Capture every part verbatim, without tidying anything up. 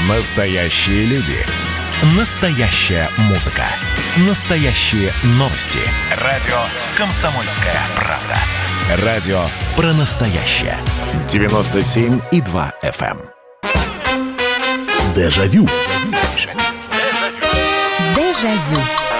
Настоящие люди. Настоящая музыка. Настоящие новости. Радио «Комсомольская правда». Радио про настоящее. девяносто семь и два эф эм. Дежавю. Дежавю.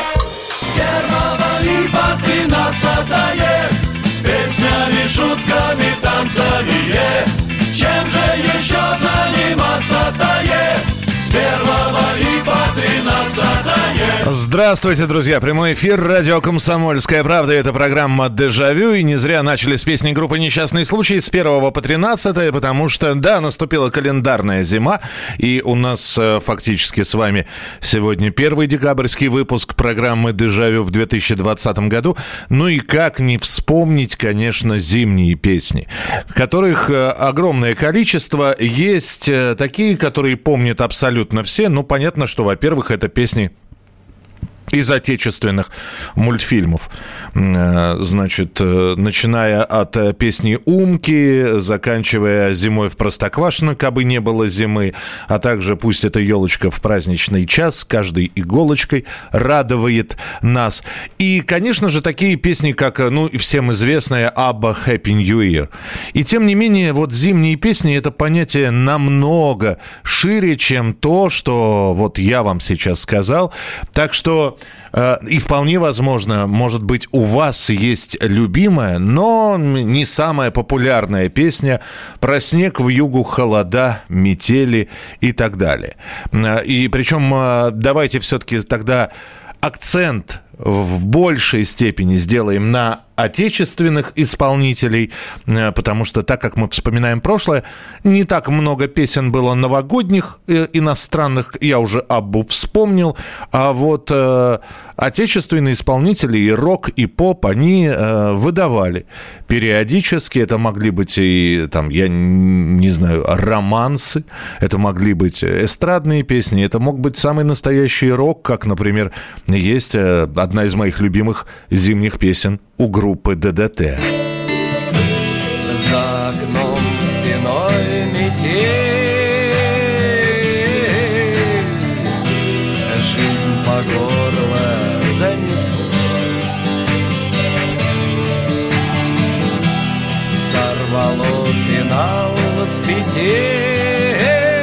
С первого и по тринадцатое, с песнями, шутками, танцами. Чем же еще заниматься-то? С первого и по тринадцатое. Здравствуйте, друзья. Прямой эфир. Радио «Комсомольская правда». Это программа «Дежавю». И не зря начали с песни группы «Несчастный случай» с первого по тринадцатое, потому что, да, наступила календарная зима. И у нас э, фактически с вами сегодня первый декабрьский выпуск программы «Дежавю» в две тысячи двадцатом году. Ну и как не вспомнить, конечно, зимние песни, которых э, огромное количество. Есть э, такие, которые помнят абсолютно все. Ну, понятно, что, во-первых, это песни из отечественных мультфильмов. Значит, начиная от песни «Умки», заканчивая «Зимой в Простоквашино», «Кабы не было зимы», а также «Пусть эта елочка в праздничный час каждой иголочкой радует нас». И, конечно же, такие песни, как, ну, всем известная «Абба Happy New Year». И, тем не менее, вот зимние песни – это понятие намного шире, чем то, что вот я вам сейчас сказал. Так что и вполне возможно, может быть, у вас есть любимая, но не самая популярная песня про снег, вьюгу, холода, метели и так далее. И причем давайте все-таки тогда акцент в большей степени сделаем на отечественных исполнителей, потому что, так как мы вспоминаем прошлое, не так много песен было новогодних, э, иностранных, я уже Аббу вспомнил, а вот э, отечественные исполнители и рок, и поп, они э, выдавали периодически, это могли быть и, там, я не знаю, романсы, это могли быть эстрадные песни, это мог быть самый настоящий рок, как, например, есть э, одна из моих любимых зимних песен у группы ДДТ. За окном стеной метель, жизнь по горло занесло. Сорвало финал с петель,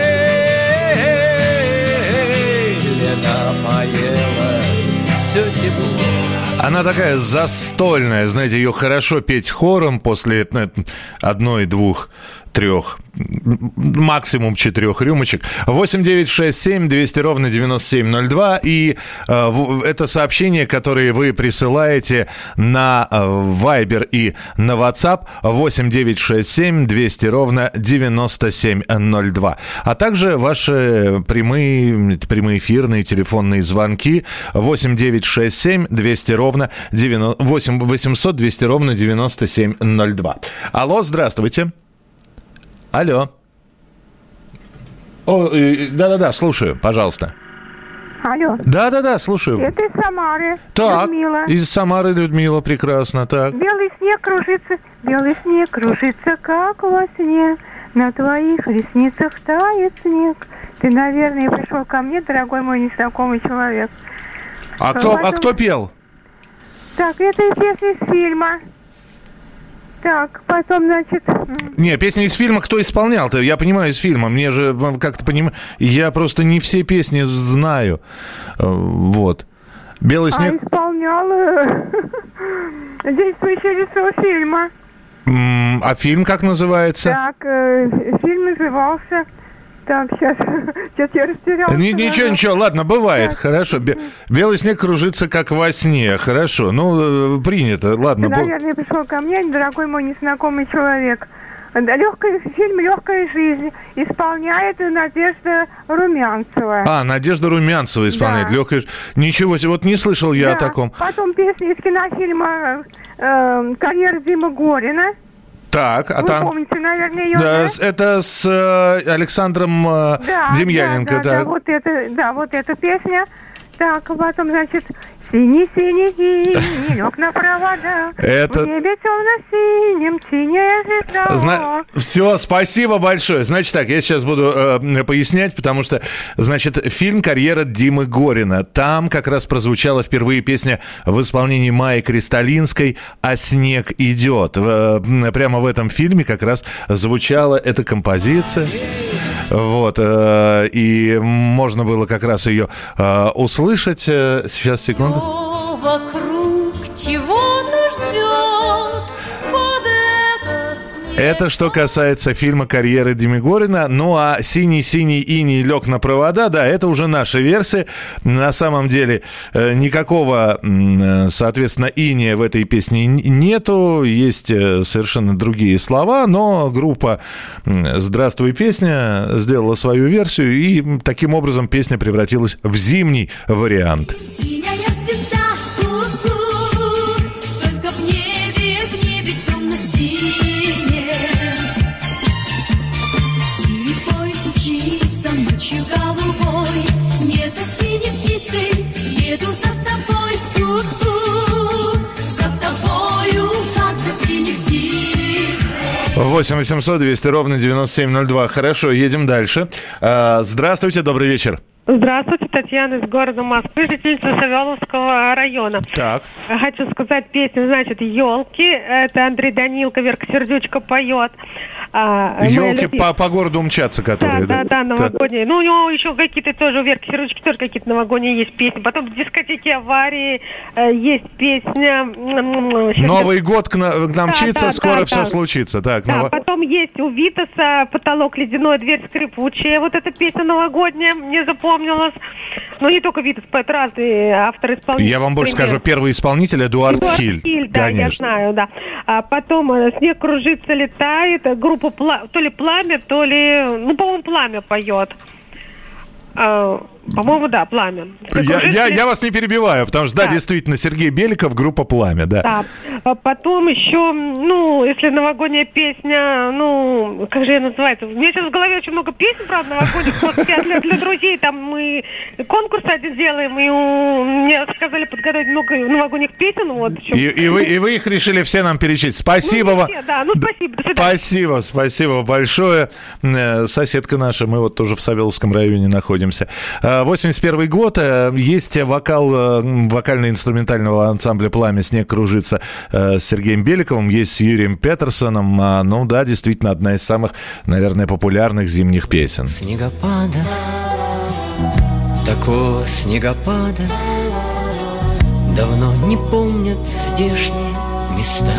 напоело все тепло. Она такая застольная, знаете, ее хорошо петь хором после одной, двух, трех, максимум четырех рюмочек. восемь девятьсот шестьдесят семь двести ровно девяносто семь ноль два. И э, это сообщение, которое вы присылаете на э, Viber и на WhatsApp восемь девятьсот шестьдесят семь двести ровно девяносто семь ноль два. А также ваши прямые, прямые эфирные телефонные звонки восемь девятьсот шестьдесят семь двести ровно девяносто восемь восемьсот двести ровно девяносто семь ноль два. Алло, здравствуйте. Алло. О, э, да-да-да, слушаю, пожалуйста. Алло. Да-да-да, слушаю. Это из Самары. Так, Людмила. из Самары Людмила, прекрасно, так. Белый снег кружится, белый снег кружится, как во сне. На твоих ресницах тает снег. Ты, наверное, пришел ко мне, дорогой мой незнакомый человек. А кто, Потом... а кто пел? Так, это песня из фильма. Так, потом, значит... Не, песня из фильма, кто исполнял-то? Я понимаю, из фильма. Мне же, как-то понимаю, я просто не все песни знаю. Вот. «Белый снег». А исполнял действующее лицо фильма. А фильм как называется? Так, фильм назывался... Так, сейчас, сейчас я растерялась. Ни, ничего, ничего, ладно, бывает, так. Хорошо. «Белый снег кружится, как во сне». Хорошо, ну, принято, ладно. Ты, наверное, пришел ко мне, дорогой мой незнакомый человек. Легкая, фильм «Легкая жизнь» исполняет Надежда Румянцева. А, Надежда Румянцева исполняет. Да. «Легкая». Ничего себе, вот не слышал я да. о таком. Потом песня из кинофильма э, «Карьера Димы Горина». Так, а Вы там... помните, наверное, ее, да, да? Это с э, Александром э, да, Демьяненко. Да, да, да, вот это, да, вот эта песня. Так, потом, значит, Синий-синий лег на провода. Это... В небе темно-синим синяя звезда. Зна... Все, спасибо большое. Значит так, я сейчас буду э, пояснять, потому что, значит, фильм «Карьера Димы Горина». Там как раз прозвучала впервые песня в исполнении Майи Кристалинской «А снег идет». Э, прямо в этом фильме как раз звучала эта композиция. Вот, э, и можно было как раз ее э, услышать. Сейчас, секунду. Все вокруг чего нас ждет под этот снег. Это что касается фильма «Карьеры Димы Горина». Ну а «Синий-синий иней лег на провода», да, это уже наша версия. На самом деле э, никакого, э, соответственно, иния в этой песне нету. Есть э, совершенно другие слова, но группа «Здравствуй, песня» сделала свою версию, и таким образом песня превратилась в зимний вариант. Синяя звезда, ку-ку, только в небе, в небе темно-синее. Синий поезд мчится ночью голубой, не за синей птицей, еду за тобой, ку-ку, за тобою, как за синей птицей. восемь восемьсот двести ровно девяносто семь ноль два. Хорошо, едем дальше. Здравствуйте, добрый вечер. Здравствуйте, Татьяна из города Москвы, жительница Савеловского района. Так. Хочу сказать песню, значит, «Елки». Это Андрей Данилко, Верка Сердючка поет. Елки по, по городу мчатся, которые. Да, да, да, новогодние. Да. Ну, у него еще какие-то тоже, у Верки Сердючки тоже какие-то новогодние есть песни. Потом в дискотеке «Аварии» есть песня... Новый год к, на, к нам мчится, да, да, скоро да, все да. случится. Так, да, ново... потом есть у Витаса «Потолок ледяной, дверь скрипучая». Вот эта песня новогодняя, мне запомнилась. Но не только Витас, поэт, разные авторы, исполнители. Я вам больше скажу, первый исполнитель Эдуард, Эдуард Хиль. Хиль, да, конечно. Я знаю, да. А потом «Снег кружится, летает», группа Пла... то ли «Пламя», то ли, ну, по-моему, «Пламя» поет. А, по-моему, да, «Пламя». Я, я, я вас не перебиваю, потому что, да, да, действительно, Сергей Беликов, группа «Пламя», да. Да. А потом еще, ну, если новогодняя песня, ну, как же ее называется? У меня сейчас в голове очень много песен, правда, новогодних. Для, для друзей там мы конкурс один делаем, и у... мне сказали подготовить много новогодних песен. Вот, и, и, вы, и вы их решили все нам перечислить. Спасибо ну, вам. Все, да, ну, спасибо. До свидания. Спасибо, спасибо большое. Соседка наша, мы вот тоже в Савеловском районе находимся. восемьдесят первый год, есть вокал вокально-инструментального ансамбля «Пламя», «Снег кружится» с Сергеем Беликовым, есть с Юрием Петерсоном. Ну да, действительно, одна из самых, наверное, популярных зимних песен. Снегопада, такого снегопада давно не помнят здешние места.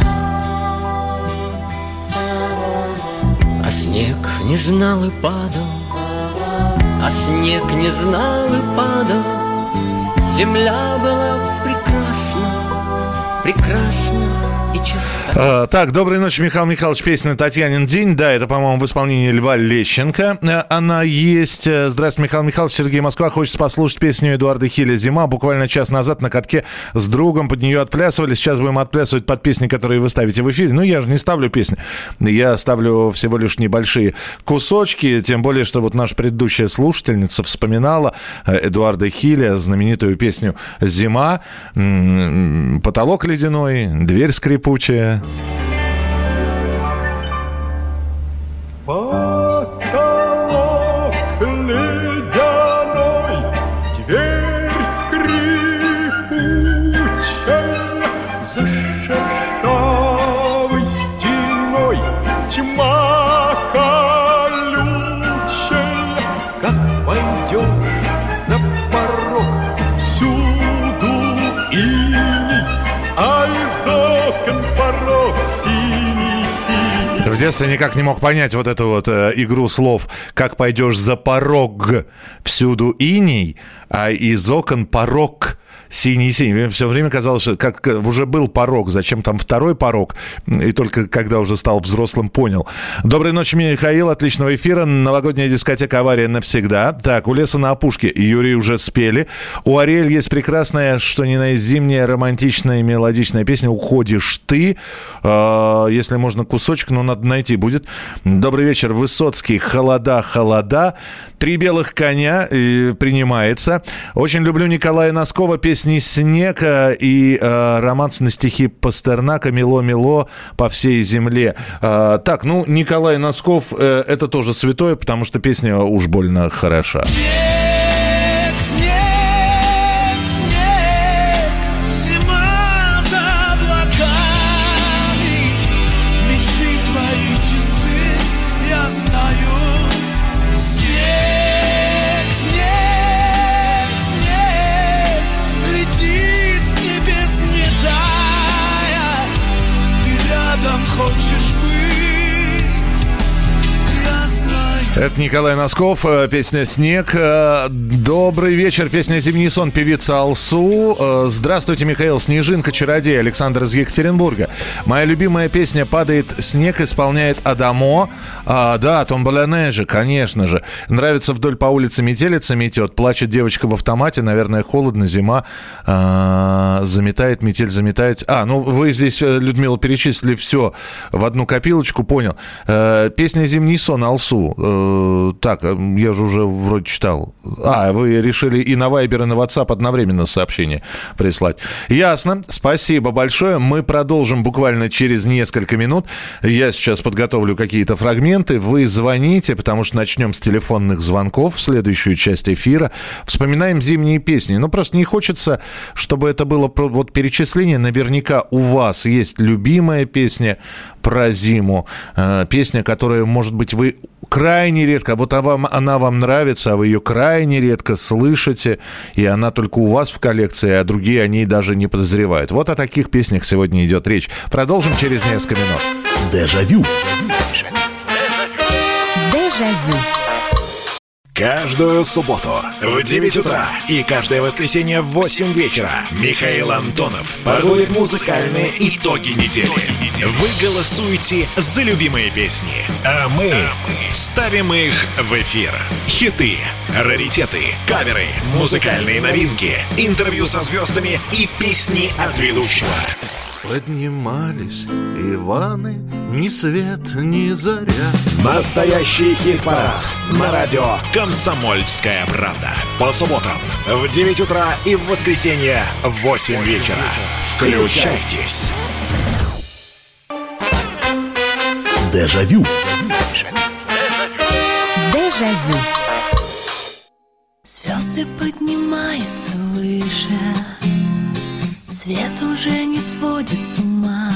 А снег не знал и падал, а снег не знал и падал. Земля была прекрасна, прекрасна и чиста. А, так, доброй ночи, Михаил Михайлович. Песня «Татьянин день». Да, это, по-моему, в исполнении Льва Лещенко. Она есть. Здравствуйте, Михаил Михайлович. Сергей, Москва. Хочется послушать песню Эдуарда Хиля «Зима». Буквально час назад на катке с другом под нее отплясывали. Сейчас будем отплясывать под песни, которые вы ставите в эфире. Ну, я же не ставлю песни. Я ставлю всего лишь небольшие кусочки. Тем более, что вот наша предыдущая слушательница вспоминала Эдуарда Хиля, знаменитую песню «Зима». «Потолок ледяной, дверь скрипучая». Потолок ледяной, дверь скрипучая, за шершавой стеной тьма колючая. Как пойдешь за порог, всюду иней, а из окон порог синий-синий. В детстве никак не мог понять вот эту вот э, игру слов. Как пойдешь за порог, всюду иней, а из окон порог синий-синий. Мне все время казалось, что как уже был порог, зачем там второй порог? И только когда уже стал взрослым, понял. Доброй ночи, Михаил, отличного эфира. Новогодняя дискотека «Авария навсегда». Так, «У леса на опушке» Юрий уже спели. У Ариэль есть прекрасная, что ни на есть, зимняя романтичная мелодичная песня «Уходишь ты». Э, если можно кусочек, но надо найти будет. Добрый вечер, Высоцкий. «Холода, холода». «Три белых коня» э, принимается. Очень люблю Николая Носкова, песни «Снег» э, и э, романс на стихи Пастернака «Мело-мело по всей земле». Э, так, ну, Николай Носков э, это тоже святое, потому что песня уж больно хороша. Это Николай Носков, песня «Снег». Добрый вечер, песня «Зимний сон», певица Алсу. Здравствуйте, Михаил. «Снежинка, чародей», Александр из Екатеринбурга. Моя любимая песня «Падает снег» исполняет Адамо. А, да, Томбола-Неже, конечно же. Нравится «Вдоль по улице метелица метет». Плачет девочка в автомате, наверное, холодно, зима. А, заметает, метель заметает. А, ну вы здесь, Людмила, перечислили все в одну копилочку, понял. А, песня «Зимний сон», Алсу. Так, я же уже вроде читал. А, вы решили и на Вайбер, и на WhatsApp одновременно сообщение прислать. Ясно. Спасибо большое. Мы продолжим буквально через несколько минут. Я сейчас подготовлю какие-то фрагменты. Вы звоните, потому что начнем с телефонных звонков в следующую часть эфира. Вспоминаем зимние песни. Ну, просто не хочется, чтобы это было вот перечисление. Наверняка у вас есть любимая песня про зиму. Песня, которую, может быть, вы крайне редко, вот вам, она вам нравится, а вы ее крайне редко слышите, и она только у вас в коллекции, а другие о ней даже не подозревают. Вот о таких песнях сегодня идет речь. Продолжим через несколько минут. Дежавю. Дежавю. Каждую субботу в девять утра и каждое воскресенье в восемь вечера Михаил Антонов подводит музыкальные итоги недели. Вы голосуете за любимые песни, а мы ставим их в эфир. Хиты, раритеты, каверы, музыкальные новинки, интервью со звездами и песни от ведущего. Поднимались Иваны, ни свет, ни заря. Настоящий хит-парад на радио «Комсомольская правда». По субботам в девять утра и в воскресенье в восемь вечера. Включайтесь. Дежавю. Дежавю. Звезды поднимаются выше, свет уже не сводит с ума.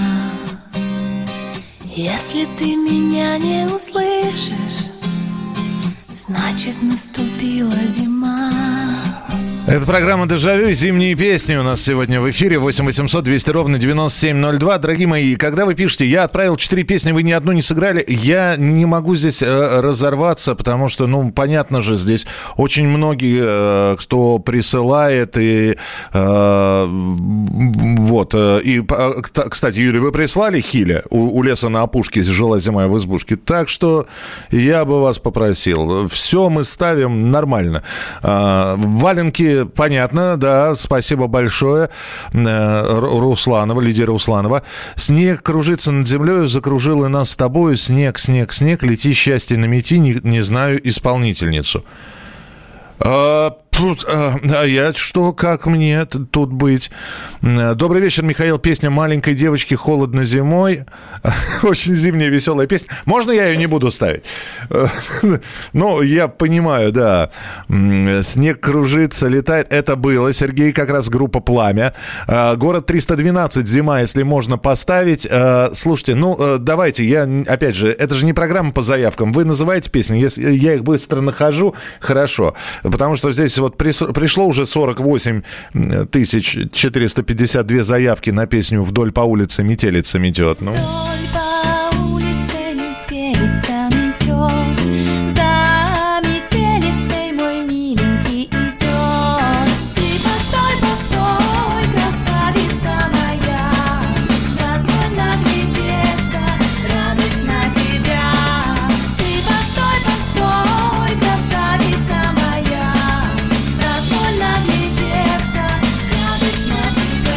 Если ты меня не услышишь, значит наступила зима. Это программа «Дежавю». Зимние песни у нас сегодня в эфире. восемь восемьсот двести ровно девяносто семь ноль два. Дорогие мои, когда вы пишете, я отправил четыре песни, вы ни одну не сыграли, я не могу здесь э, разорваться, потому что, ну, понятно же, здесь очень многие, э, кто присылает, и э, вот. Э, и, э, кстати, Юрий, вы прислали Хиля у, у леса на опушке «Жила зима в избушке», так что я бы вас попросил. Все мы ставим нормально. Э, валенки понятно, да, спасибо большое. Русланова, Лидия Русланова. «Снег кружится над землей, закружил и нас с тобою. Снег, снег, снег, лети, счастье намети, не, не знаю исполнительницу». А, а я что, как мне тут быть? Добрый вечер, Михаил. Песня маленькой девочки «Холодно зимой». Очень зимняя веселая песня. Можно я ее не буду ставить? Ну, я понимаю, да. «Снег кружится, летает». Это было. Сергей, как раз группа «Пламя». «Город триста двенадцать. Зима», если можно поставить. Слушайте, ну, давайте, я, опять же, это же не программа по заявкам. Вы называете песни, если я их быстро нахожу, хорошо. Потому что здесь вот пришло уже сорок восемь тысяч четыреста пятьдесят две заявки на песню «Вдоль по улице метелица метет». Ну. Вдоль по улице метелица метет, за метелицей мой миленький идет. Ты постой, постой, красавица моя, позволь наглядеться, радость на тебя. Ты постой, постой, красавица моя, позволь наглядеться, радость на тебя.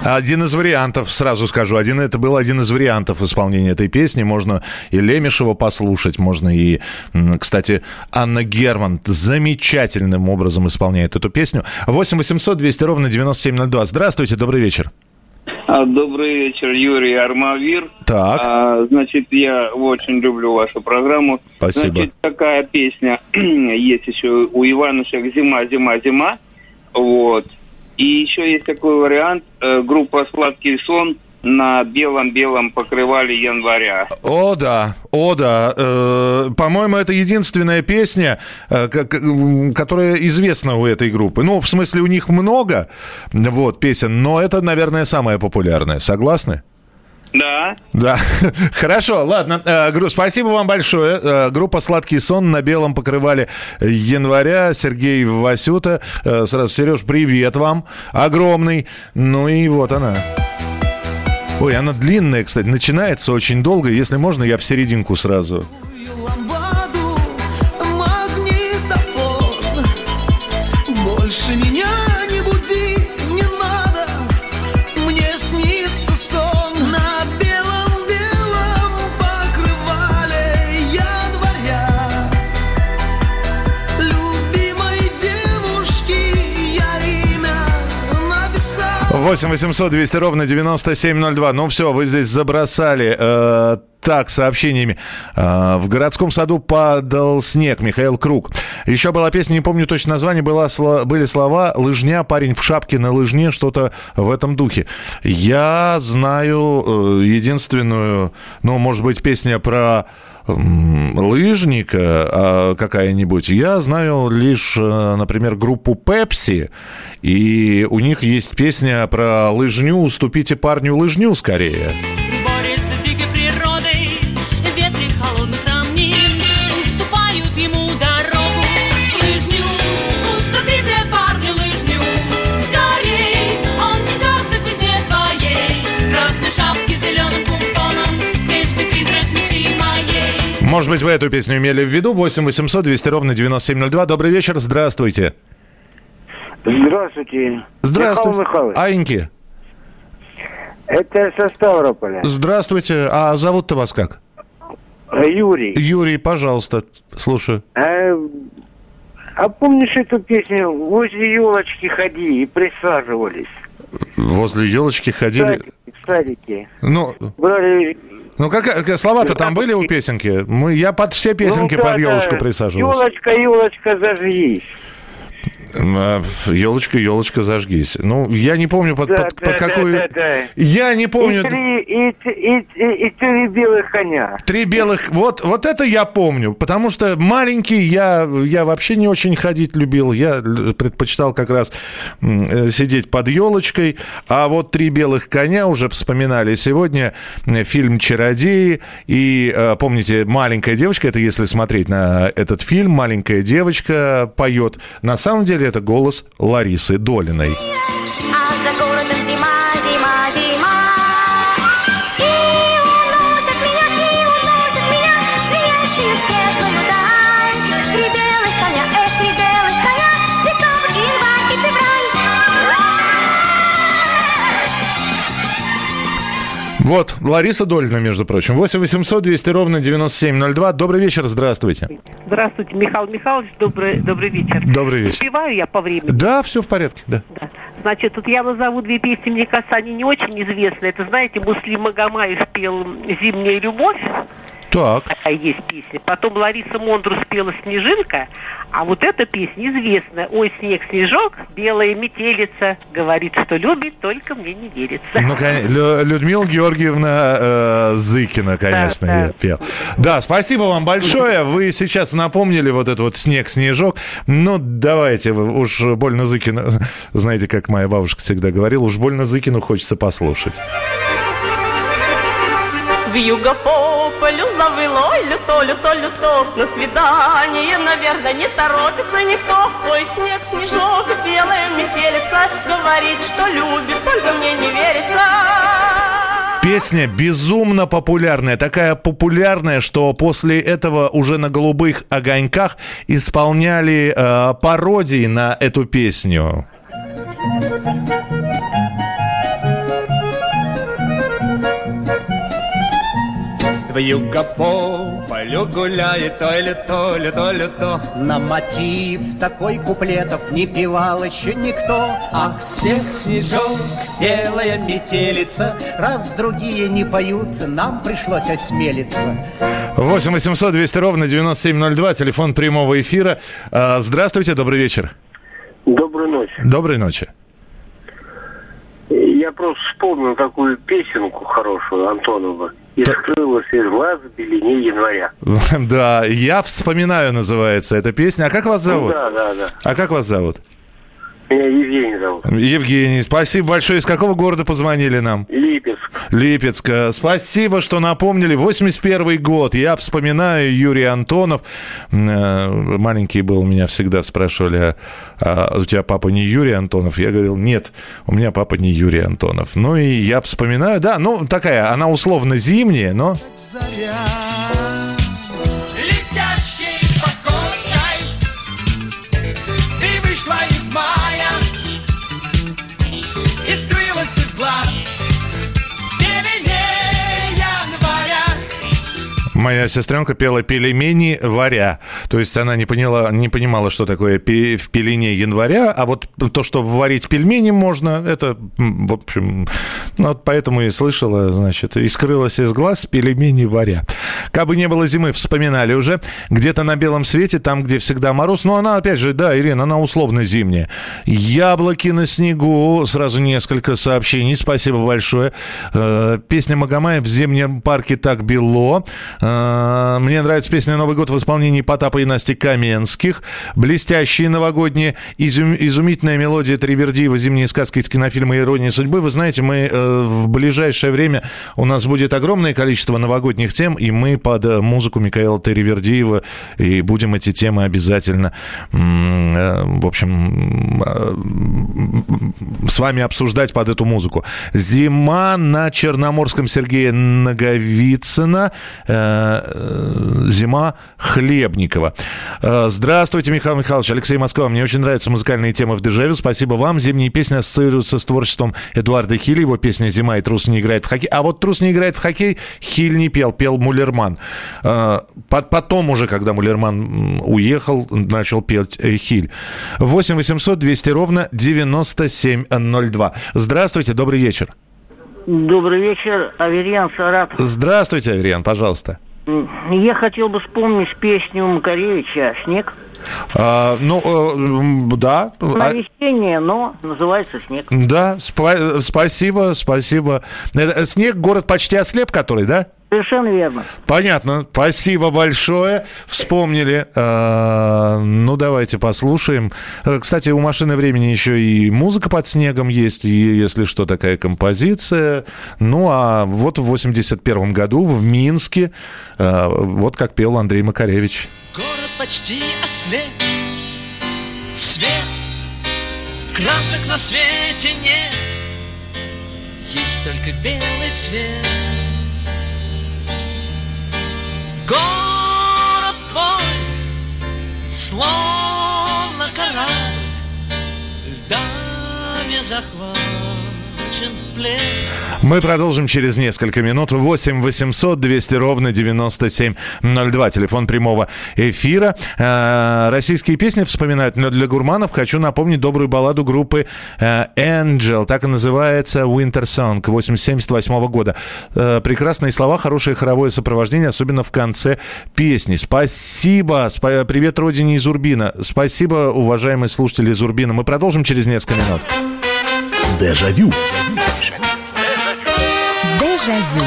Один из вариантов, сразу скажу, один, это был один из вариантов исполнения этой песни. Можно и Лемешева послушать, можно и, кстати, Анна Герман замечательным образом исполняет эту песню. восемь восемьсот двести ровно девяносто семь ноль два. Здравствуйте, добрый вечер. Добрый вечер, Юрий Армавир. Так. А, значит, я очень люблю вашу программу. Спасибо. Значит, такая песня есть еще у Иванушек «Зима, зима, зима». Вот. И еще есть такой вариант. Э, группа «Сладкий сон» на белом-белом покрывале января. О, да, о, да. Э, по-моему, это единственная песня, э, к- к- которая известна у этой группы. Ну, в смысле, у них много вот, песен, но это, наверное, самая популярная. Согласны? Да. Да. Хорошо, ладно. Э, гру- Спасибо вам большое. Э, Группа «Сладкий сон» на белом покрывале января. Сергей Васюта. Э, Сразу, Сереж, привет вам. Огромный. Ну и вот она. Ой, она длинная, кстати. Начинается очень долго. Если можно, я в серединку сразу. Ламбаду, магнитофон. Больше меня не буди, не надо. Мне снится сон на белом-белом покрывале января. Любимой девушки я имя написал. восемь восемьсот двести ровно девяносто семь ноль два. Ну все, вы здесь забросали э, так сообщениями. Э, в городском саду падал снег. Михаил Круг. Еще была песня, не помню точно название, была, сло- были слова «Лыжня, парень в шапке на лыжне», что-то в этом духе. Я знаю э, единственную, ну, может быть, песня про м, лыжника а, какая-нибудь. Я знаю лишь, э, например, группу «Пепси», и у них есть песня про лыжню «Уступите парню лыжню скорее». Борется с дикой природой, ветры холодных равнин уступают ему дорогу. Лыжню, уступите парню лыжню, скорей, он несется к весне своей. Красной шапке, зеленым кумпоном, снежный призрак мечты моей. Может быть, вы эту песню имели в виду. восемь восемьсот двести ровно девяносто семь ноль два. Добрый вечер, здравствуйте. Здравствуйте. Здравствуйте. Михаил Михайлович. Аиньки. Это со Ставрополя. Здравствуйте. А зовут-то вас как? Юрий. Юрий, пожалуйста, слушаю. А, а помнишь эту песню «Возле елочки ходи» и присаживались? Возле елочки В ходили. садике. В садике. Ну, Брали... ну какая, какая- слова-то там были у песенки? Мы, я под все песенки Ну, да, под елочку да. присаживался. Елочка, елочка, зажгись. Елочка, елочка, зажгись. Ну, я не помню под, Да, под- да, под да, какую... да, да. Я не помню... И три, и, и, и, и три белых коня. Три белых... Вот, вот это я помню, потому что маленький я, я вообще не очень ходить любил. Я л- предпочитал как раз м, э, сидеть под елочкой. А вот «Три белых коня» уже вспоминали сегодня. э, Фильм «Чародеи». И э, помните, маленькая девочка, это если смотреть на этот фильм, маленькая девочка поет. На самом деле это голос Ларисы Долиной. А за городом зима, зима, зима. И уносят меня, и уносят меня звенящие в снежную даль. Три белых коня, эх, три белых коня, декабрь, январь и февраль. Вот, Лариса Долина, между прочим. восемь восемьсот двести ровно девяносто семь ноль два. Добрый вечер, здравствуйте. Здравствуйте, Михаил Михайлович, добрый, добрый вечер. Добрый вечер. Успеваю я по времени? Да, все в порядке, да. Да. Значит, тут я назову две песни, мне кажется, они не очень известны. Это, знаете, Муслим Магомаев пел «Зимняя любовь». Так. Такая есть песня. Потом Лариса Мондру спела «Снежинка». А вот эта песня известная. «Ой, снег, снежок, белая метелица, говорит, что любит, только мне не верится». Ну, конечно, Лю- Людмила Георгиевна э, Зыкина, конечно, Да, да. я пел. Да, спасибо вам большое. Вы сейчас напомнили вот этот вот «Снег, снежок». Ну, давайте, вы уж больно Зыкину, знаете, как моя бабушка всегда говорила, уж больно Зыкину хочется послушать. Вьюга по полю завело, люто, люто, люто. На свидание, наверное, не торопится никто. Ой, снег, снежок, белая метелица, говорит, что любит, только мне не верится. Песня безумно популярная, такая популярная, что после этого уже на «Голубых огоньках» исполняли э, пародии на эту песню. Вьюга по полю гуляет, то ли то, ли то, ли то. На мотив такой куплетов не певал еще никто. Ах, снег, снежок, белая метелица. Раз другие не поют, нам пришлось осмелиться. восемь восемьсот двести ровно девяносто семь ноль два, телефон прямого эфира. Здравствуйте, добрый вечер. Доброй ночи. Доброй ночи. Я просто вспомнил такую песенку хорошую Антонова. «И скрылась из глаз в белине января». Да, «Я вспоминаю» называется эта песня. А как вас зовут? Да, да, да. А как вас зовут? Меня Евгений зовут. Евгений, спасибо большое. Из какого города позвонили нам? Липецк. Липецк. Спасибо, что напомнили. восемьдесят первый год. Я вспоминаю, Юрий Антонов. Маленький был, меня всегда спрашивали, а, а у тебя папа не Юрий Антонов? Я говорил, нет, у меня папа не Юрий Антонов. Ну и я вспоминаю, да, ну такая, она условно зимняя, но... Скрылась из глаз в белине января. Моя сестренка пела «Пельмени варя». То есть она не поняла, не понимала, что такое пи- в пелене января. А вот то, что варить пельмени можно, это, в общем... Ну, вот поэтому и слышала, значит, «И скрылась из глаз пельмени варя». Кабы не было зимы, вспоминали уже. Где-то на белом свете, там, где всегда мороз. Но она, опять же, да, Ирина, она условно зимняя. «Яблоки на снегу». Сразу несколько сообщений. Спасибо большое. Песня Магомаев «В зимнем парке так бело». Мне нравится песня «Новый год» в исполнении Потапа и Насти Каменских. Блестящие новогодние. Изум, изумительная мелодия Тривердиева «Зимние сказки» из кинофильма «Ирония судьбы». Вы знаете, мы э, в ближайшее время у нас будет огромное количество новогодних тем, и мы под музыку Михаила Тривердиева и будем эти темы обязательно, э, в общем, э, с вами обсуждать под эту музыку. «Зима» на Черноморском Сергея Наговицына. Э, «Зима» Хлебникова. Здравствуйте, Михаил Михайлович. Алексей Москва. Мне очень нравятся музыкальные темы в Дежавю. Спасибо вам. Зимние песни ассоциируются с творчеством Эдуарда Хиля. Его песня «Зима» и «Трус не играет в хоккей». А вот «Трус не играет в хоккей» Хиль не пел, пел Муллерман. Потом уже, когда Муллерман уехал, начал петь Хиль. восемь восемьсот двести ровно девяносто семь ноль два. Здравствуйте, добрый вечер. Добрый вечер, Аверьян, Саратов. Здравствуйте, Аверьян, пожалуйста. Я хотел бы вспомнить песню Макаревича «Снег». А, ну, э, да. На весеннее, но называется «Снег». Да, спа- спасибо, спасибо. Это «Снег», город почти ослеп, который, да? Совершенно верно. Понятно. Спасибо большое. Вспомнили. А, ну, давайте послушаем. Кстати, у «Машины времени» еще и музыка под снегом есть, и, если что, такая композиция. Ну, а вот в восемьдесят первом году в Минске а, вот как пел Андрей Макаревич. Город почти ослеп, свет, красок на свете нет, есть только белый цвет. Город твой, словно корабль, льдами захвачен в плен. Мы продолжим через несколько минут. восемь восемьсот двести ровно девяносто семь ноль два. Телефон прямого эфира. Российские песни вспоминают, но для гурманов хочу напомнить добрую балладу группы Angel. Так и называется Winter Song семьдесят восьмого года. Прекрасные слова, хорошее хоровое сопровождение, особенно в конце песни. Спасибо. Привет родине из Урбина. Спасибо, уважаемые слушатели из Урбина. Мы продолжим через несколько минут. Дежавю. Дежавю.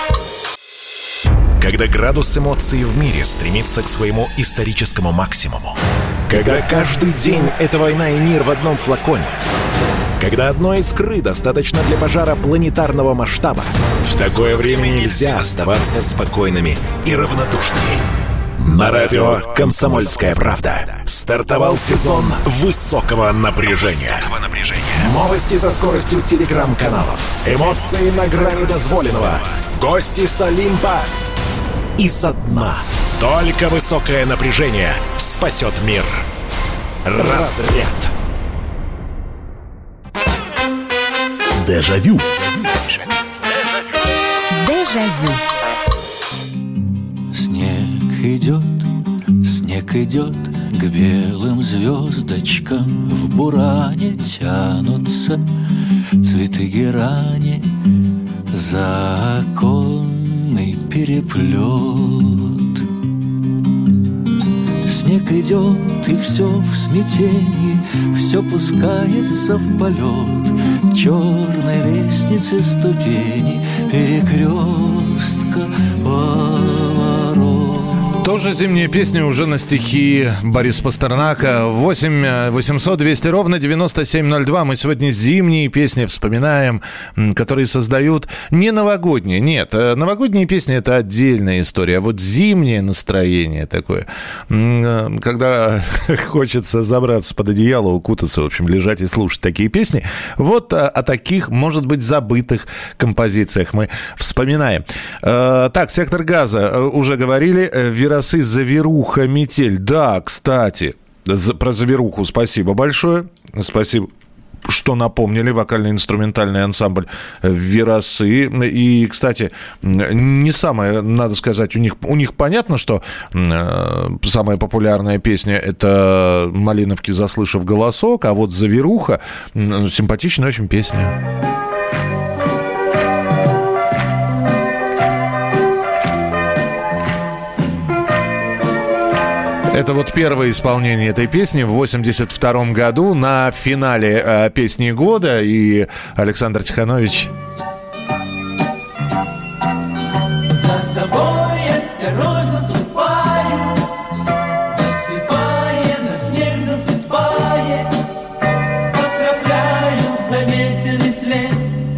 Когда градус эмоций в мире стремится к своему историческому максимуму. Когда каждый день — это война и мир в одном флаконе. Когда одной искры достаточно для пожара планетарного масштаба. В такое время нельзя оставаться спокойными и равнодушными. На радио «Комсомольская правда» стартовал сезон высокого напряжения. Высокого напряжения. Новости со скоростью телеграм-каналов. Эмоции на грани дозволенного. Гости с Олимпа и со дна. Только высокое напряжение спасет мир. Разряд. Дежавю. Дежавю. идет, снег идет к белым звездочкам, в буране тянутся цветы герани, за оконный переплет. Снег идет, и все в смятении, все пускается в полет. Черной лестницы ступени, перекрестка, поворот. Тоже зимняя песня уже на стихи Бориса Пастернака. восемь восемьсот двести ровно девяносто семь ноль два. Мы сегодня зимние песни вспоминаем, которые создают не новогодние. Нет, новогодние песни — это отдельная история. А вот зимнее настроение такое, когда хочется забраться под одеяло, укутаться, в общем, лежать и слушать такие песни. Вот о, о таких, может быть, забытых композициях мы вспоминаем. Так, «Сектор газа» уже говорили. «Вера Заверуха, метель». Да, кстати, за, про Заверуху спасибо большое. Спасибо, что напомнили. Вокально-инструментальный ансамбль «Верасы». И, кстати, не самое, надо сказать, у них, у них понятно, что э, самая популярная песня — это «Малиновки, заслышав голосок», а вот «Заверуха» э, симпатичная очень песня. Это вот первое исполнение этой песни в восемьдесят втором году на финале э, песни года. И Александр Тиханович. За тобой осторожно ступаю, засыпая, на снег засыпая, потрапляю в заметенный след,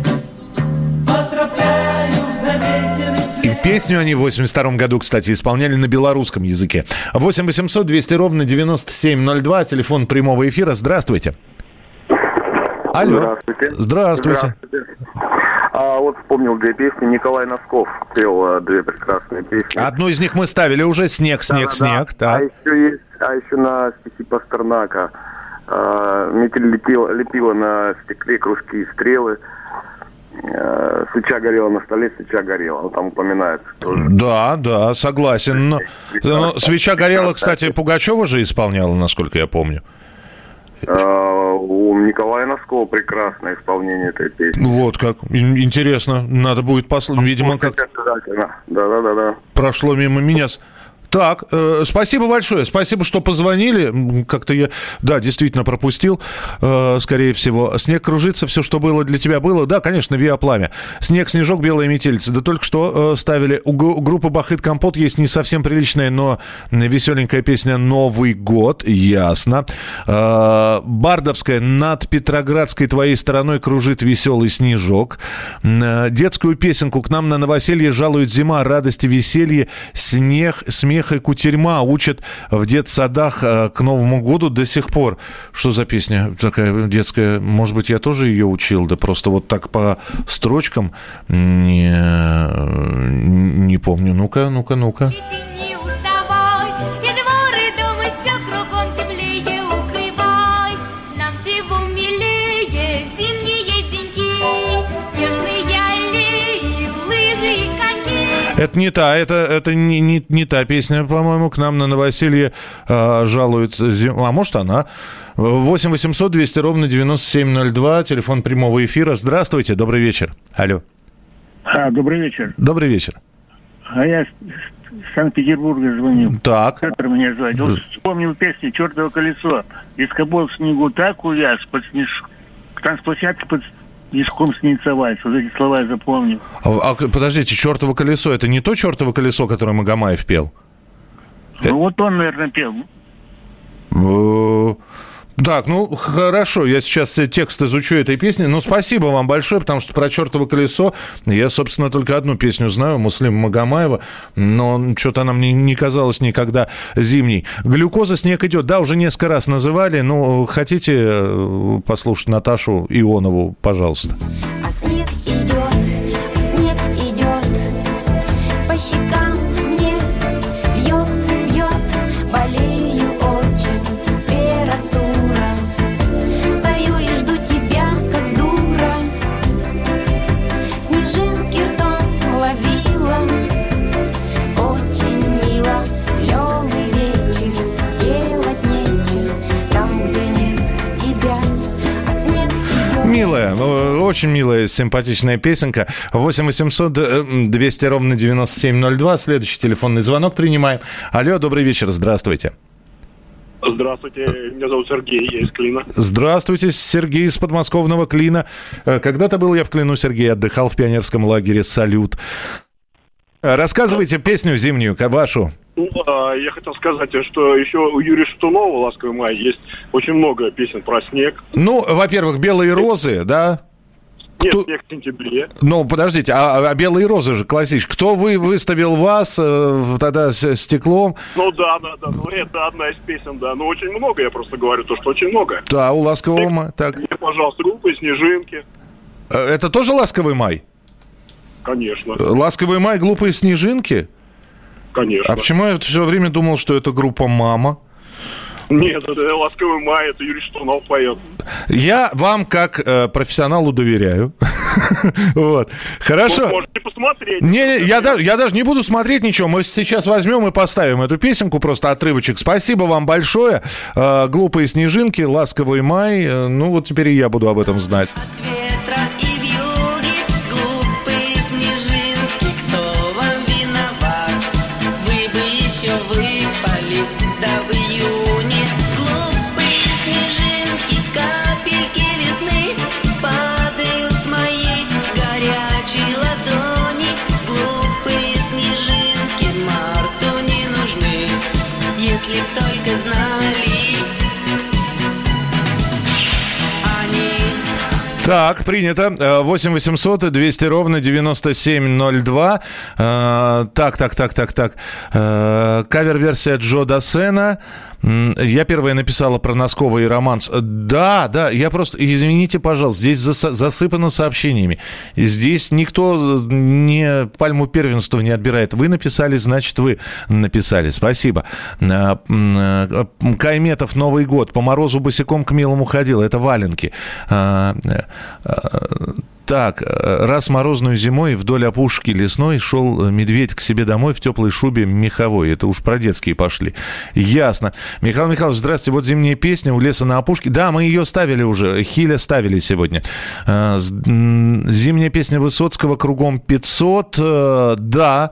потрапляю в заметенный след. И песню они в восемьдесят втором году, кстати, исполняли на белорусском языке. восемь восемьсот двести ровно девяносто семь ноль два, телефон прямого эфира. Здравствуйте. Алло. Здравствуйте. Здравствуйте. Здравствуйте. А вот вспомнил две песни. Николай Носков пел две прекрасные песни. Одну из них мы ставили уже. «Снег, снег, да, снег». Да. Так. А еще есть, а еще на стихи Пастернака. А, метель лепила, лепила на стекле кружки и стрелы. А, свеча горела на столе, свеча горела. Он там упоминается тоже. Да, да, согласен. Но, но «Свеча горела», кстати, Пугачева же исполняла, насколько я помню. А, у Николая Носкова прекрасное исполнение этой песни. Вот как. Интересно. Надо будет послушать. Видимо, как... Да-да-да. Прошло мимо меня. Так, э, спасибо большое. Спасибо, что позвонили. Как-то я, да, действительно пропустил, э, скорее всего. «Снег кружится, все, что было для тебя было». Да, конечно, «Виа Пламя». «Снег, снежок, белая метелица». Да только что э, ставили. У, у группы «Бахыт Компот» есть не совсем приличная, но веселенькая песня «Новый год». Ясно. Э, бардовская «Над Петроградской твоей стороной кружит веселый снежок». Э, детскую песенку «К нам на новоселье жалует зима, радость и веселье, снег, смех и кутерьма» учат в детсадах э, к Новому году до сих пор. Что за песня такая детская? Может быть, я тоже ее учил, да просто вот так по строчкам не, не помню. Ну-ка, ну-ка, ну-ка. Это не та, это, это не, не, не та песня, по-моему. «К нам на новоселье э, жалуют зиму». А может, она. восемь восемьсот двести ровно девяносто семь ноль два, телефон прямого эфира. Здравствуйте, добрый вечер. Алло. А, добрый вечер. Добрый вечер. А я с Санкт-Петербурга звоню. Так. Петр меня звать. Вот вспомнил песню «Чертово колесо». Искобол в снегу так увяз, под снеж... танцплощадка под снежком снится. Вот эти слова я запомнил. А, а подождите, «Чертово колесо» — это не то «Чертово колесо», которое Магомаев пел? Ну это... вот он, наверное, пел. Так, ну, хорошо, я сейчас текст изучу этой песни. Ну, спасибо вам большое, потому что про «Чертово колесо» я, собственно, только одну песню знаю, Муслима Магомаева, но что-то она мне не казалась никогда зимней. «Глюкоза, снег идет». Да, уже несколько раз называли. Ну, хотите послушать Наташу Ионову, пожалуйста. А снег идет, а снег идет, по щекам мне бьет, бьет, болею очень, температура. Стою и жду тебя, как дура. Снежинки ртом ловила, очень мило, милая, очень милая, симпатичная песенка. восемь восемьсот двести ровно девяносто семь ноль два. Следующий телефонный звонок принимаем. Алло, добрый вечер, здравствуйте. Здравствуйте, меня зовут Сергей, я из Клина. Здравствуйте, Сергей из подмосковного Клина. Когда-то был я в Клину, Сергей, отдыхал в пионерском лагере «Салют». Рассказывайте песню зимнюю, вашу. Ну, я хотел сказать, что еще у Юрия Шатунова «Ласковый май» есть очень много песен про снег. Ну, во-первых, «Белые розы», да? Нет, Кто... «Снег в сентябре». Ну, подождите, а, а «Белые розы» же классический. Кто вы выставил вас э, тогда с стеклом? Ну да, да, да, ну это одна из песен, да. Ну очень много, я просто говорю, то, что очень много. Да, у «Ласкового мая». Так. Мне, пожалуйста, группа «Снежинки». Это тоже «Ласковый май»? Конечно. «Ласковый май», «Глупые снежинки»? Конечно. А почему я все время думал, что это группа «Мама»? Нет, это «Ласковый май», это Юрий Шатунов поет. Я вам как э, профессионалу доверяю. Вот. Хорошо. Вы можете посмотреть. Не, не, я, да, я даже не буду смотреть ничего. Мы сейчас возьмем и поставим эту песенку, просто отрывочек. Спасибо вам большое. Э, «Глупые снежинки», «Ласковый май». Э, ну вот теперь и я буду об этом знать. Так, принято. восемь восемьсот двести ровно девяносто семь ноль два. Так, так, так, так, так. Кавер-версия Джо Дассена. Я первая написала про Носкова и романс. Да, да, я просто... Извините, пожалуйста, здесь зас, засыпано сообщениями. Здесь никто не пальму первенства не отбирает. Вы написали, значит, вы написали. Спасибо. Кайметов, Новый год. По морозу босиком к милому ходил. Это валенки. Так, раз морозную зимой вдоль опушки лесной шел медведь к себе домой в теплой шубе меховой. Это уж про детские пошли. Ясно. Михаил Михайлович, здравствуйте. Вот зимняя песня «У леса на опушке». Да, мы ее ставили уже. Хиля ставили сегодня. Зимняя песня Высоцкого «Кругом пятьсот». Да.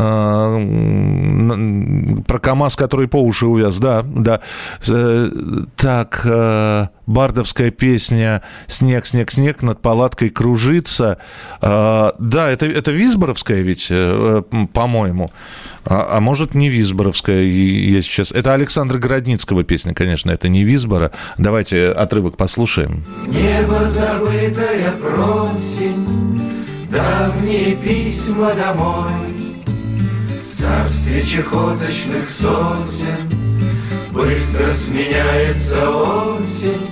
Про КамАЗ, который по уши увяз. Да, да. Так, бардовская песня «Снег, снег, снег, над палаткой кружится». А, да, это, это Визборовская ведь, э, по-моему. А, а может, не Визборовская, я сейчас... Это Александра Городницкого песня, конечно, это не Визбора. Давайте отрывок послушаем. Небо забытое просень, давние письма домой. В царстве чехоточных сосен быстро сменяется осень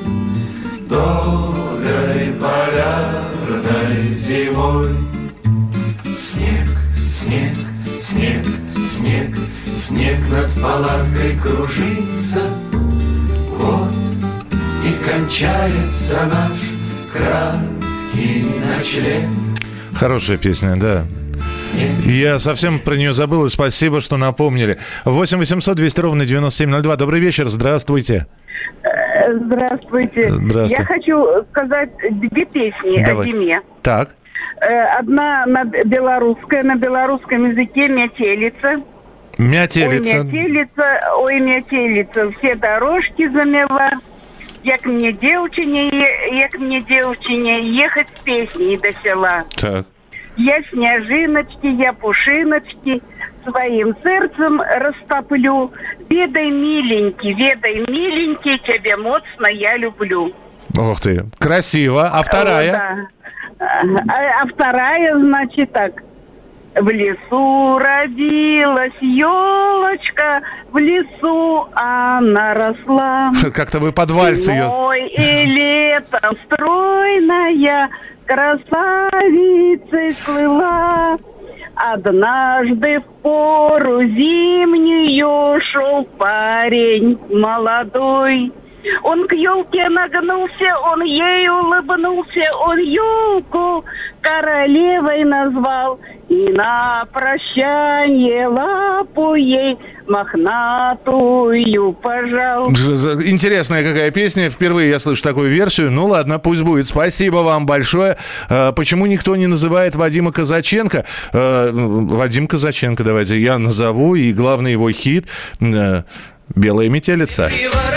долгой полярной зимой. Снег, снег, снег, снег, снег над палаткой кружится. Вот и кончается наш краткий ночлег. Хорошая песня, да. Я совсем про нее забыл, и спасибо, что напомнили. восемь восемьсот двести ровно девяносто семь ноль два. Добрый вечер, здравствуйте. Здравствуйте. Здравствуйте. Я хочу сказать две песни. Давай. О зиме. Так. Одна на белорусская, на белорусском языке «Метелица». Метелица. Ой, метелица, ой, метелица, все дорожки замела. Як мне девчине, як мне девчине ехать с песней до села. Так. Я снежиночки, я пушиночки своим сердцем растоплю. Ведай, миленький, ведай, миленький, тебя моцно я люблю. Ух ты, красиво. А вторая? О, да. а, а вторая, значит, так. В лесу родилась елочка, в лесу она росла. Как-то вы под вальс ее... Зимой и летом стройная красавицей слыла. Однажды в пору зимнюю шел парень молодой Он к елке нагнулся, он ей улыбнулся, он елку королевой назвал. И на прощание лапу ей мохнатую пожал. Интересная какая песня. Впервые я слышу такую версию. Ну ладно, пусть будет. Спасибо вам большое. Почему никто не называет Вадима Казаченко? Вадим Казаченко, давайте я назову. И главный его хит «Белая метелица».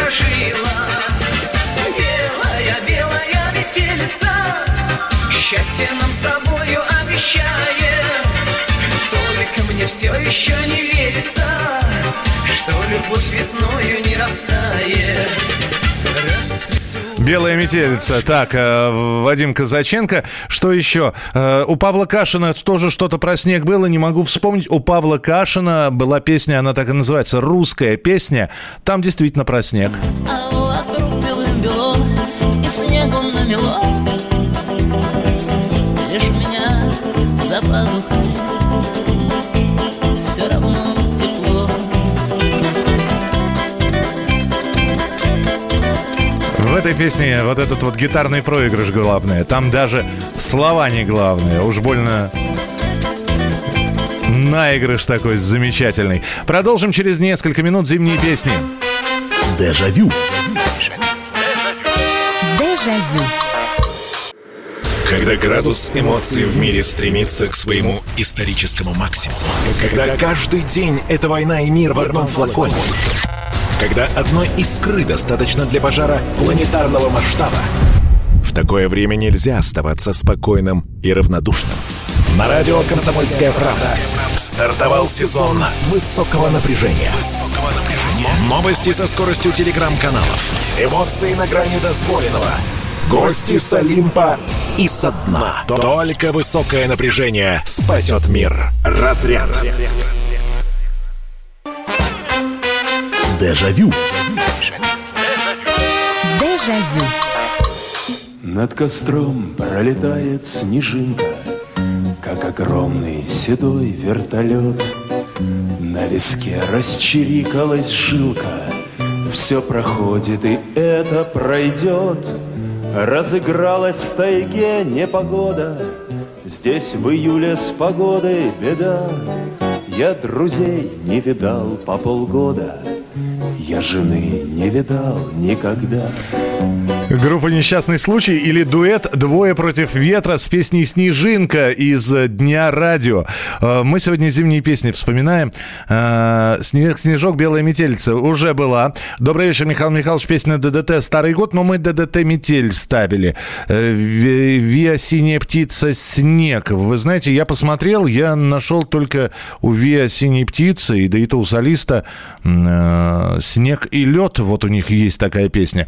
Белая, белая метелица, счастье нам с тобою обещает. Только мне все еще не верится, что любовь весною не растает. «Белая метелица». Так, Вадим Казаченко. Что еще? У Павла Кашина тоже что-то про снег было, не могу вспомнить. У Павла Кашина была песня, она так и называется, «Русская песня». Там действительно про снег. А вокруг белым-бело, и снегу намело. Лишь у меня за пазухой все равно тепло. В этой песне вот этот вот гитарный проигрыш главное. Там даже слова не главные. Уж больно наигрыш такой замечательный. Продолжим через несколько минут зимние песни. Дежавю. Дежавю. Когда градус эмоций в мире стремится к своему историческому максимуму. Когда каждый день это война и мир в одном флаконе. Когда одной искры достаточно для пожара планетарного масштаба. В такое время нельзя оставаться спокойным и равнодушным. На радио «Комсомольская правда» стартовал сезон высокого напряжения. Новости со скоростью телеграм-каналов. Эмоции на грани дозволенного. Гости с Олимпа и со дна. Только высокое напряжение спасет мир. Разряд. Дежавю. Дежавю. Над костром пролетает снежинка, как огромный седой вертолет. На виске расчирикалась жилка. Все проходит, и это пройдет. Разыгралась в тайге непогода. Здесь в июле с погодой беда. Я друзей не видал по полгода. Я жены не видал никогда. Группа «Несчастный случай» или дуэт «Двое против ветра» с песней «Снежинка» из Дня радио. Мы сегодня зимние песни вспоминаем. «Снег, снежок, белая метелица» уже была. Добрый вечер, Михаил Михайлович. Песня «ДДТ» «Старый год», но мы «ДДТ Метель» ставили. «Виа синяя птица, снег». Вы знаете, я посмотрел, я нашел только у «Виа синей птицы», да и то у солиста, «Снег и лед». Вот у них есть такая песня.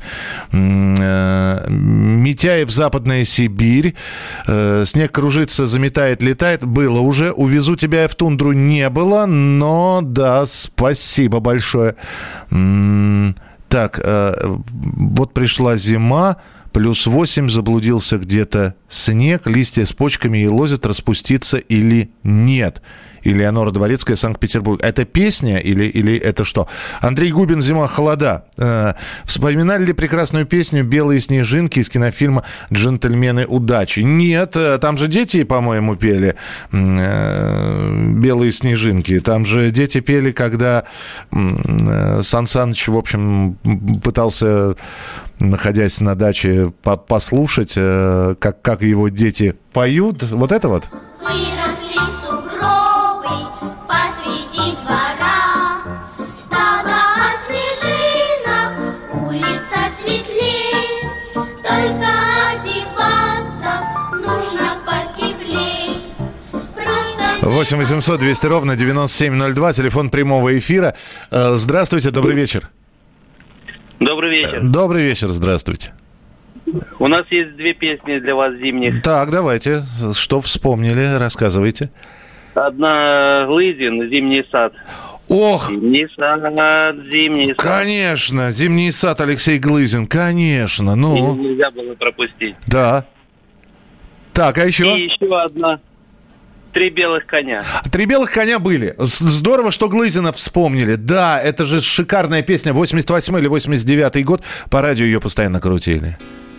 Митяев, Западная Сибирь. Снег кружится, заметает, летает. Было уже. Увезу тебя в тундру не было. Но да, спасибо большое. Так, вот пришла зима. Плюс восемь, заблудился где-то снег. Листья с почками и лозят, распуститься или нет. Элеонора Дворецкая, Санкт-Петербург. Это песня или, или это что? Андрей Губин, «Зима, холода». Э, вспоминали ли прекрасную песню «Белые снежинки» из кинофильма «Джентльмены удачи»? Нет, там же дети, по-моему, пели э, «Белые снежинки». Там же дети пели, когда э, Сан Саныч, в общем, пытался, находясь на даче, по- послушать, э, как, как его дети поют. Вот это вот? Выросли сугробы посреди двора, стало от снежинок улица светлей, только одеваться нужно потеплей. Просто восемь восемьсот двести ровно девяносто семь ноль два, телефон прямого эфира. Э, Здравствуйте, добрый вечер. Добрый вечер. Добрый вечер, здравствуйте. У нас есть две песни для вас зимних. Так, давайте. Что вспомнили? Рассказывайте. Одна Лызин, «Зимний сад». Ох! Зимний сад, зимний сад. Конечно, «Зимний сад», Алексей Глызин, конечно. Ну. Ее нельзя было пропустить. Да. Так, а еще? И еще одна. «Три белых коня». «Три белых коня» были. Здорово, что Глызина вспомнили. Да, это же шикарная песня. восемьдесят восьмой или восемьдесят девятый год. По радио ее постоянно крутили.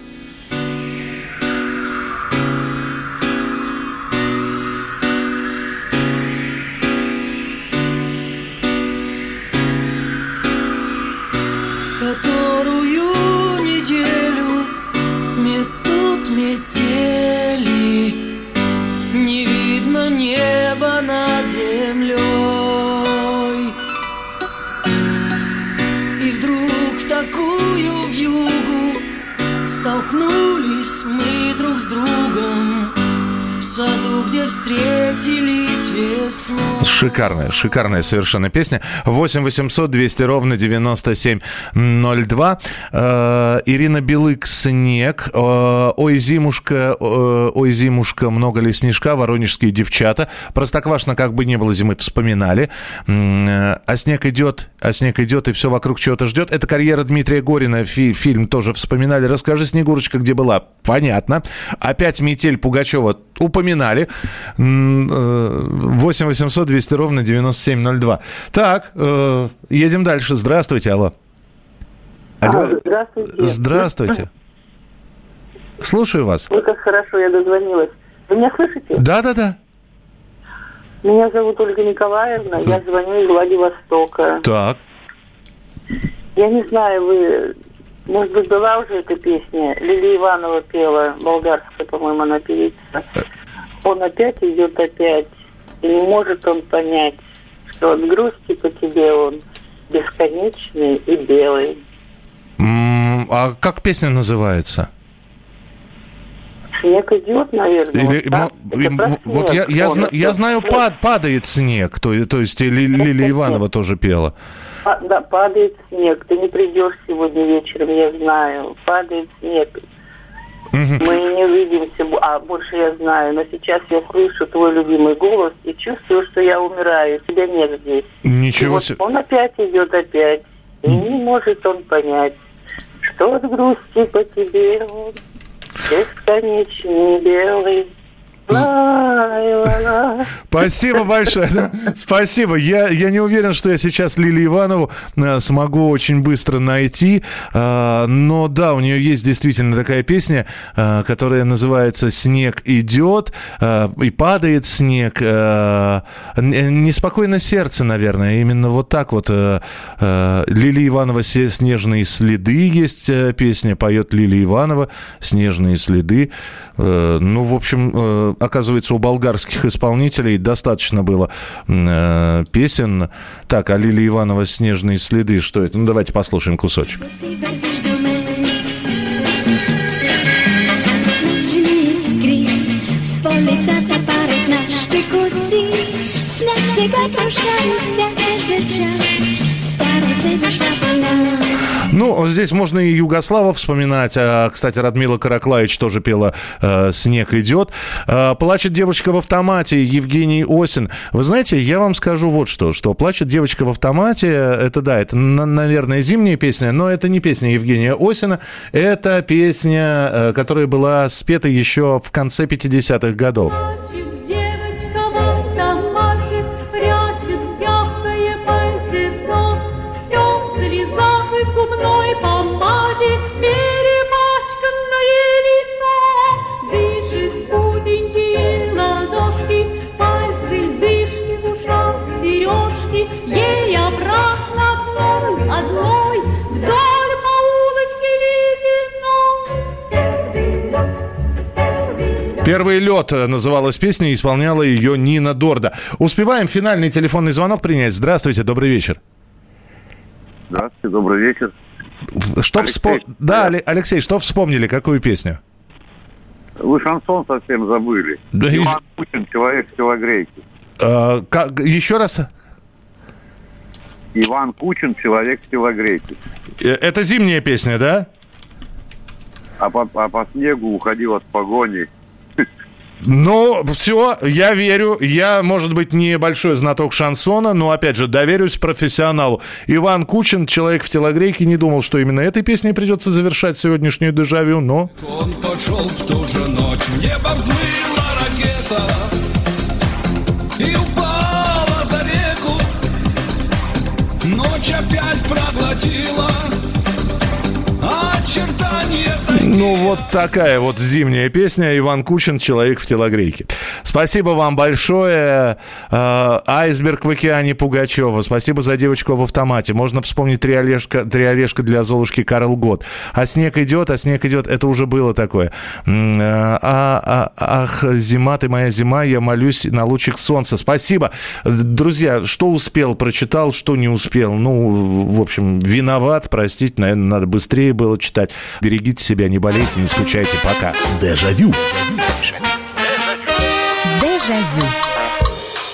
Которую неделю метут метели, не видно неба над землей. И вдруг в такую вьюгу столкнулись мы друг с другом в саду, где встретились весной. Шикарная, шикарная совершенно песня. восемь восемьсот двести ровно девяносто семь ноль два. Э, Ирина Белык, «Снег». Э, ой, зимушка, э, ой, зимушка, много ли снежка, воронежские девчата. Простоквашино, как бы не было зимы, вспоминали. Э, а снег идет, а снег идет, и все вокруг чего-то ждет. Это «Карьера» Дмитрия Горина. Фи- фильм тоже вспоминали. «Расскажи, Снегурочка, где была?» Понятно. Опять «Метель» Пугачева упоминали. восемь восемьсот двести ровно девяносто семь ноль два. Так, э, едем дальше. Здравствуйте, алло. Алло. А, здравствуйте. Здравствуйте. Слушаю вас. Ой, как хорошо, я дозвонилась. Вы меня слышите? Да, да, да. Меня зовут Ольга Николаевна, я звоню из Владивостока. Так. Я не знаю, вы... Может быть, была уже эта песня? Лилия Иванова пела, болгарская, по-моему, она певица. Он опять идет опять, и не может он понять, что от грусти по тебе он бесконечный и белый. М-м, а как песня называется? Снег идет, наверное. Или, вот, м- вот я, я, зна- я знаю, пад, падает снег, то, то есть Ли- Лилия Иванова тоже пела. А, да, падает снег. Ты не придешь сегодня вечером, я знаю. Падает снег. Мы не увидимся, а больше я знаю. Но сейчас я слышу твой любимый голос и чувствую, что я умираю. Тебя нет здесь. Ничего вот себе. Он опять идет опять. И не может он понять, что от грусти по тебе он бесконечный белый. Спасибо большое. Спасибо. Я, я не уверен, что я сейчас Лилию Иванову э, смогу очень быстро найти. Э, но да, у нее есть действительно такая песня, э, которая называется «Снег идет», э, и падает снег. Э, «Неспокойно сердце», наверное. Именно вот так вот. Э, э, Лилия Иванова «Снежные следы» есть э, песня. Поет Лилия Иванова «Снежные следы». Э, ну, в общем... Э, оказывается, у болгарских исполнителей достаточно было э, песен. Так, а Лилия Иванова «Снежные следы», что это? Ну, давайте послушаем кусочек. Ну, здесь можно и Югослава вспоминать. А, кстати, Радмила Караклаич тоже пела э, «Снег идет». А, «Плачет девочка в автомате» Евгений Осин. Вы знаете, я вам скажу вот что. Что «Плачет девочка в автомате» — это, да, это, наверное, зимняя песня, но это не песня Евгения Осина. Это песня, э, которая была спета еще в конце пятидесятых годов. «Первый лед» называлась песня, исполняла ее Нина Дорда. Успеваем финальный телефонный звонок принять. Здравствуйте, добрый вечер. Здравствуйте, добрый вечер. Что вспом... Да, Алексей, что вспомнили, какую песню? Вы шансон совсем забыли. Да Иван из... Кучин «Человек в телогрейке». А, как... Еще раз? Иван Кучин «Человек в телогрейке». Это зимняя песня, да? А по, а по снегу уходил от погони. Ну, все, я верю. Я, может быть, не большой знаток шансона, но, опять же, доверюсь профессионалу. Иван Кучин, «Человек в телогрейке», не думал, что именно этой песней придется завершать сегодняшнюю дежавю, но... Он пошел в ту же ночь, в небо взмыла ракета. и упала за реку. Ночь опять проглотила очертания. Ну, вот такая вот зимняя песня. Иван Кучин «Человек в телогрейке». Спасибо вам большое. «Айсберг в океане» Пугачева. Спасибо за «Девочку в автомате». Можно вспомнить «Три орешка, три орешка для Золушки» Карл Гот. «А снег идет, а снег идет». Это уже было такое. А, а, ах, зима, ты моя зима, я молюсь на лучик солнца. Спасибо. Друзья, что успел, прочитал, что не успел. Ну, в общем, виноват, простите. Наверное, надо быстрее было читать. Берегите себя, не болейте, не скучайте. Пока. Дежавю. Дежавю.